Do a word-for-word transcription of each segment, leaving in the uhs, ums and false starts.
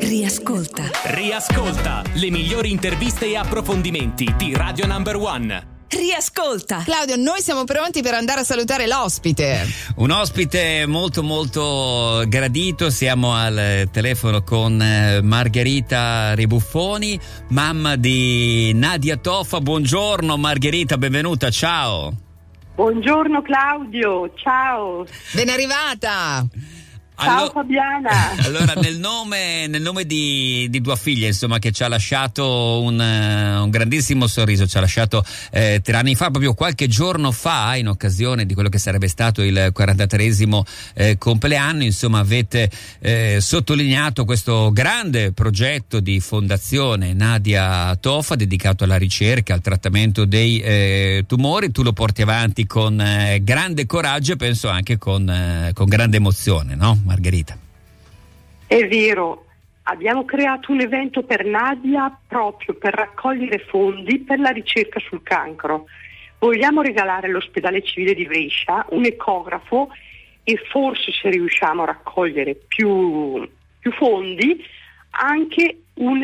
Riascolta. Riascolta le migliori interviste e approfondimenti di Radio Number One. Riascolta. Claudio, noi siamo pronti per andare a salutare l'ospite. Un ospite molto molto gradito. Siamo al telefono con Margherita Ribuffoni, mamma di Nadia Toffa. Buongiorno Margherita, benvenuta, ciao. Buongiorno Claudio, ciao. Ben arrivata. Ciao Allo- Fabiana. Allora, nel nome, nel nome di, di tua figlia, insomma, che ci ha lasciato un, uh, un grandissimo sorriso, ci ha lasciato eh, tre anni fa, proprio qualche giorno fa, in occasione di quello che sarebbe stato il quarantatreesimo eh, compleanno, insomma, avete eh, sottolineato questo grande progetto di fondazione Nadia Toffa dedicato alla ricerca, al trattamento dei eh, tumori. Tu lo porti avanti con eh, grande coraggio e penso anche con, eh, con grande emozione, no? Margherita. È vero, abbiamo creato un evento per Nadia proprio per raccogliere fondi per la ricerca sul cancro. Vogliamo regalare all'ospedale civile di Brescia un ecografo e forse, se riusciamo a raccogliere più, più fondi, anche un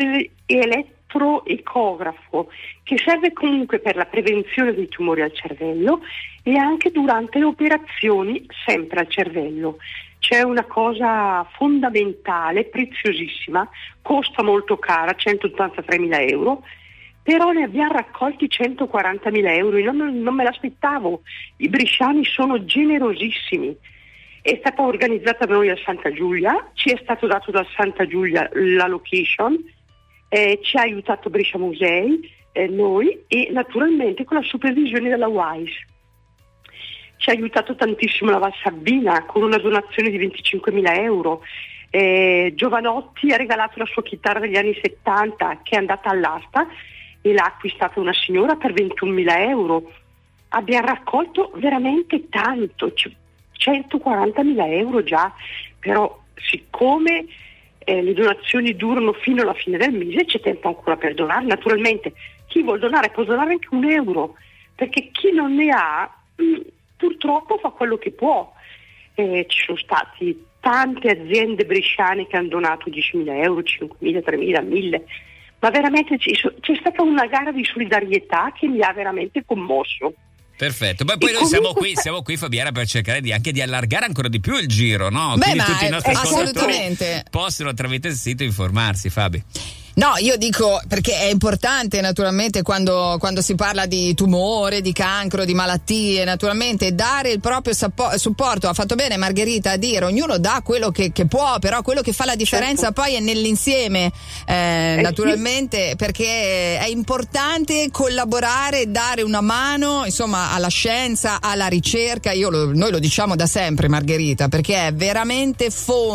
elettroecografo che serve comunque per la prevenzione dei tumori al cervello e anche durante le operazioni sempre al cervello. C'è una cosa fondamentale, preziosissima, costa molto cara, centottantatremila euro, però ne abbiamo raccolti centoquarantamila euro, io non, non me l'aspettavo, i bresciani sono generosissimi. È stata organizzata da noi a Santa Giulia, ci è stato dato da Santa Giulia la location, eh, ci ha aiutato Brescia Musei, eh, noi e naturalmente con la supervisione della WISE. Ci ha aiutato tantissimo la Val Sabina con una donazione di venticinquemila euro. Eh, Giovanotti ha regalato la sua chitarra degli anni settanta che è andata all'asta e l'ha acquistata una signora per ventunomila euro. Abbiamo raccolto veramente tanto, centoquarantamila euro già, però siccome eh, le donazioni durano fino alla fine del mese c'è tempo ancora per donare. Naturalmente chi vuol donare può donare anche un euro, perché chi non ne ha mh, purtroppo fa quello che può. Eh, ci sono stati tante aziende bresciane che hanno donato diecimila euro, cinquemila, tremila, mille, ma veramente ci so- c'è stata una gara di solidarietà che mi ha veramente commosso. Perfetto, poi, poi noi comunque... siamo qui, siamo qui Fabiana per cercare di, anche di allargare ancora di più il giro, no? Beh, Quindi ma tutti i nostri assolutamente possono tramite il sito informarsi, Fabi. No, io dico perché è importante naturalmente quando, quando si parla di tumore, di cancro, di malattie, naturalmente dare il proprio sappo- supporto. Ha fatto bene Margherita a dire ognuno dà quello che, che può, però quello che fa la differenza certo. poi è nell'insieme, eh, eh, naturalmente, sì. Perché è importante collaborare, dare una mano insomma alla scienza, alla ricerca. Io lo, noi lo diciamo da sempre, Margherita, perché è veramente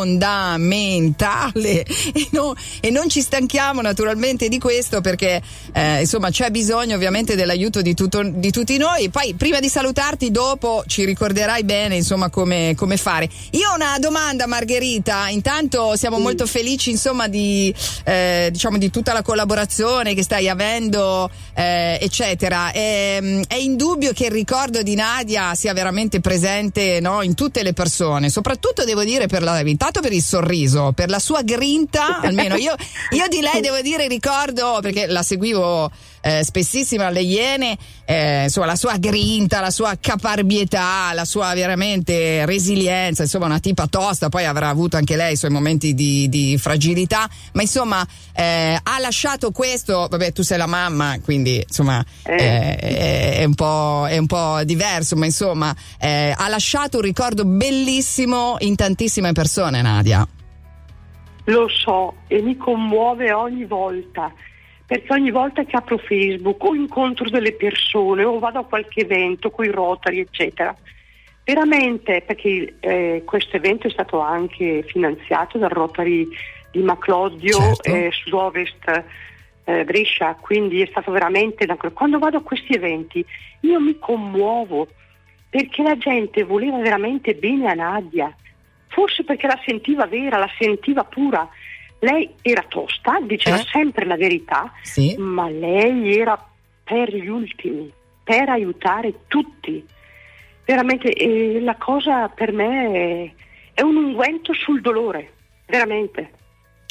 fondamentale e, no, e non ci stanchiamo naturalmente di questo perché eh, insomma c'è bisogno ovviamente dell'aiuto di, tutto, di tutti noi. Poi prima di salutarti dopo ci ricorderai bene insomma come, come fare. Io ho una domanda, Margherita, intanto siamo sì. molto felici insomma di eh, diciamo di tutta la collaborazione che stai avendo eh, eccetera. È, è indubbio che il ricordo di Nadia sia veramente presente, no, in tutte le persone, soprattutto devo dire per la, intanto per il sorriso, per la sua grinta, almeno io, io di lei devo dire ricordo perché la seguivo eh, spessissimo alle Iene, eh, insomma la sua grinta, la sua caparbietà, la sua veramente resilienza, insomma una tipa tosta, poi avrà avuto anche lei i suoi momenti di, di fragilità, ma insomma eh, ha lasciato questo, vabbè tu sei la mamma quindi insomma eh, è, è, un po', è un po' diverso, ma insomma eh, ha lasciato un ricordo bellissimo in tantissime persone, Nadia. Lo so e mi commuove ogni volta, perché ogni volta che apro Facebook o incontro delle persone o vado a qualche evento con i Rotary eccetera, veramente, perché eh, questo evento è stato anche finanziato dal Rotary di Maclodio, certo. eh, Sud-Ovest eh, Brescia, quindi è stato veramente una... Quando vado a questi eventi io mi commuovo perché la gente voleva veramente bene a Nadia. Forse perché la sentiva vera, la sentiva pura. Lei era tosta, diceva eh? sempre la verità, sì. Ma lei era per gli ultimi, per aiutare tutti. Veramente eh, la cosa per me è, è un unguento sul dolore, veramente.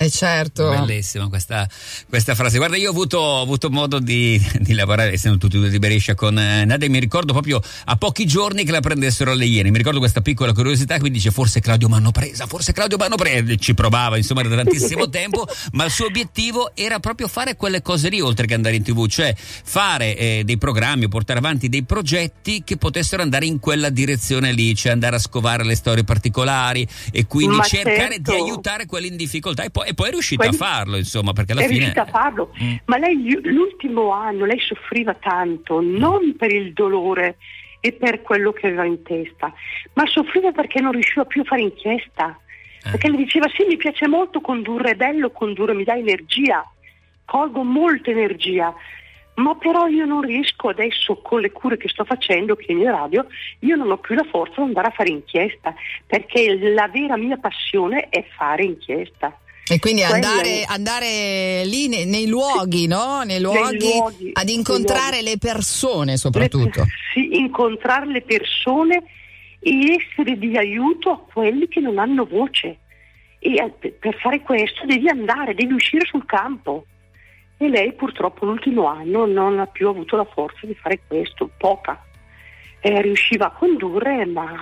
Eh certo. Bellissima questa, questa frase. Guarda, io ho avuto, ho avuto modo di, di lavorare, essendo tutti due di Brescia, con eh, Nadia, e mi ricordo proprio a pochi giorni che la prendessero alle Iene. Mi ricordo questa piccola curiosità che mi dice: forse Claudio m'hanno presa, forse Claudio m'hanno presa. Ci provava, insomma, da tantissimo tempo, ma il suo obiettivo era proprio fare quelle cose lì, oltre che andare in tivù, cioè fare eh, dei programmi, portare avanti dei progetti che potessero andare in quella direzione lì, cioè andare a scovare le storie particolari e quindi Ma cercare certo. di aiutare quelli in difficoltà, e poi E poi è riuscita Quelli... a farlo, insomma, perché alla è fine... È riuscita a farlo, mm. ma lei l'ultimo anno, lei soffriva tanto, non per il dolore e per quello che aveva in testa, ma soffriva perché non riusciva più a fare inchiesta, eh. perché le diceva: sì, mi piace molto condurre, è bello condurre, mi dà energia, colgo molta energia, ma però io non riesco adesso, con le cure che sto facendo, che in radio, io non ho più la forza di andare a fare inchiesta, perché la vera mia passione è fare inchiesta. E quindi andare, Quelle... andare lì nei, nei luoghi, no? Nei luoghi, nei luoghi ad incontrare luoghi. le persone soprattutto. Le, sì, incontrare le persone e essere di aiuto a quelli che non hanno voce. E per fare questo devi andare, devi uscire sul campo. E lei purtroppo l'ultimo anno non ha più avuto la forza di fare questo, poca. Eh, riusciva a condurre, ma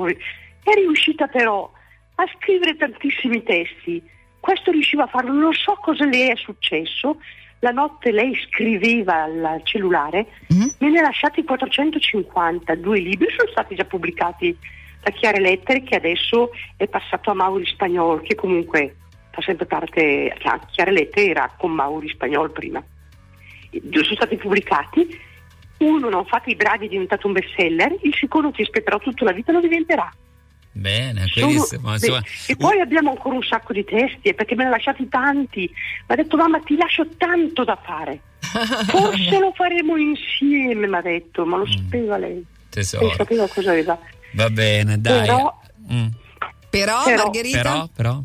è riuscita però a scrivere tantissimi testi. Questo riusciva a farlo, non so cosa le è successo. La notte lei scriveva al cellulare, mm-hmm. me ne ha lasciati quattrocentocinquanta, due libri sono stati già pubblicati da Chiare Lettere, che adesso è passato a Mauri Spagnol, che comunque fa sempre parte, Chiare Lettere era con Mauri Spagnol prima. Due sono stati pubblicati, uno non fate i braghi è diventato un bestseller, il secondo ti aspetterò tutta la vita lo diventerà. Bene, Sono, insomma. E poi abbiamo ancora un sacco di testi, perché me ne ha lasciati tanti. Mi ha detto: mamma, ti lascio tanto da fare, forse lo faremo insieme, mi ha detto, ma lo sapeva lei. Tesoro. Lei sapeva cosa aveva. Va bene, dai. Però, mm. però, però Margherita, però, però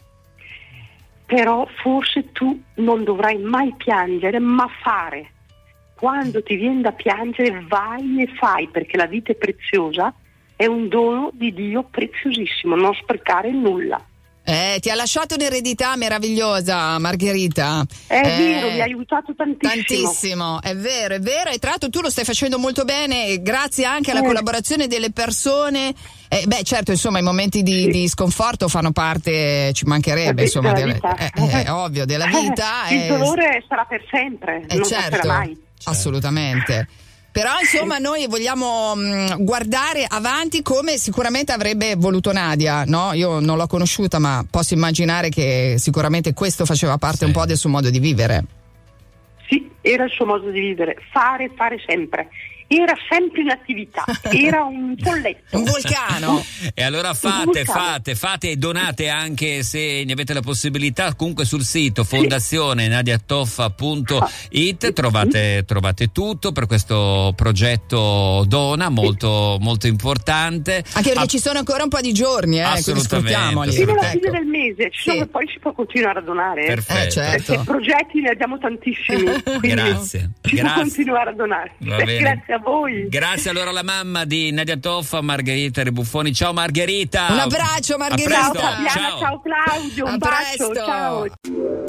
però forse tu non dovrai mai piangere, ma fare. Quando ti viene da piangere, vai e fai, perché la vita è preziosa. È un dono di Dio preziosissimo, non sprecare nulla. Eh, ti ha lasciato un'eredità meravigliosa, Margherita. È eh, vero, mi ha aiutato tantissimo. Tantissimo, è vero, è vero. E tra l'altro tu lo stai facendo molto bene, grazie anche alla eh. collaborazione delle persone. Eh, beh, certo, insomma, i momenti di, sì. di sconforto fanno parte, ci mancherebbe, insomma, della delle, vita. Eh, eh, è ovvio, della vita. Eh, il eh, dolore sarà per sempre, eh, non certo, passerà mai. Assolutamente. Però insomma noi vogliamo mh, guardare avanti come sicuramente avrebbe voluto Nadia, no? Io non l'ho conosciuta, ma posso immaginare che sicuramente questo faceva parte sì. un po' del suo modo di vivere. Sì, era il suo modo di vivere, fare, fare sempre. Era sempre in attività, era un folletto. Un vulcano. E allora fate, fate, fate e donate anche se ne avete la possibilità. Comunque sul sito fondazione nadia toffa punto it trovate, trovate tutto per questo progetto Dona, molto, molto importante. Anche perché ah, ci sono ancora un po' di giorni, eh, quindi sfruttiamoli. Fino alla ecco. fine del mese, ci sono, sì. poi si può continuare a donare. Eh. Eh, certo. Perché progetti ne abbiamo tantissimi. Grazie. Si Grazie. può continuare a donare. Grazie a voi. Grazie allora alla mamma di Nadia Toffa, Margherita Rebuffoni. Ciao Margherita. Un abbraccio Margherita. Ciao Fabiana, ciao, ciao Claudio, un a bacio, presto. ciao.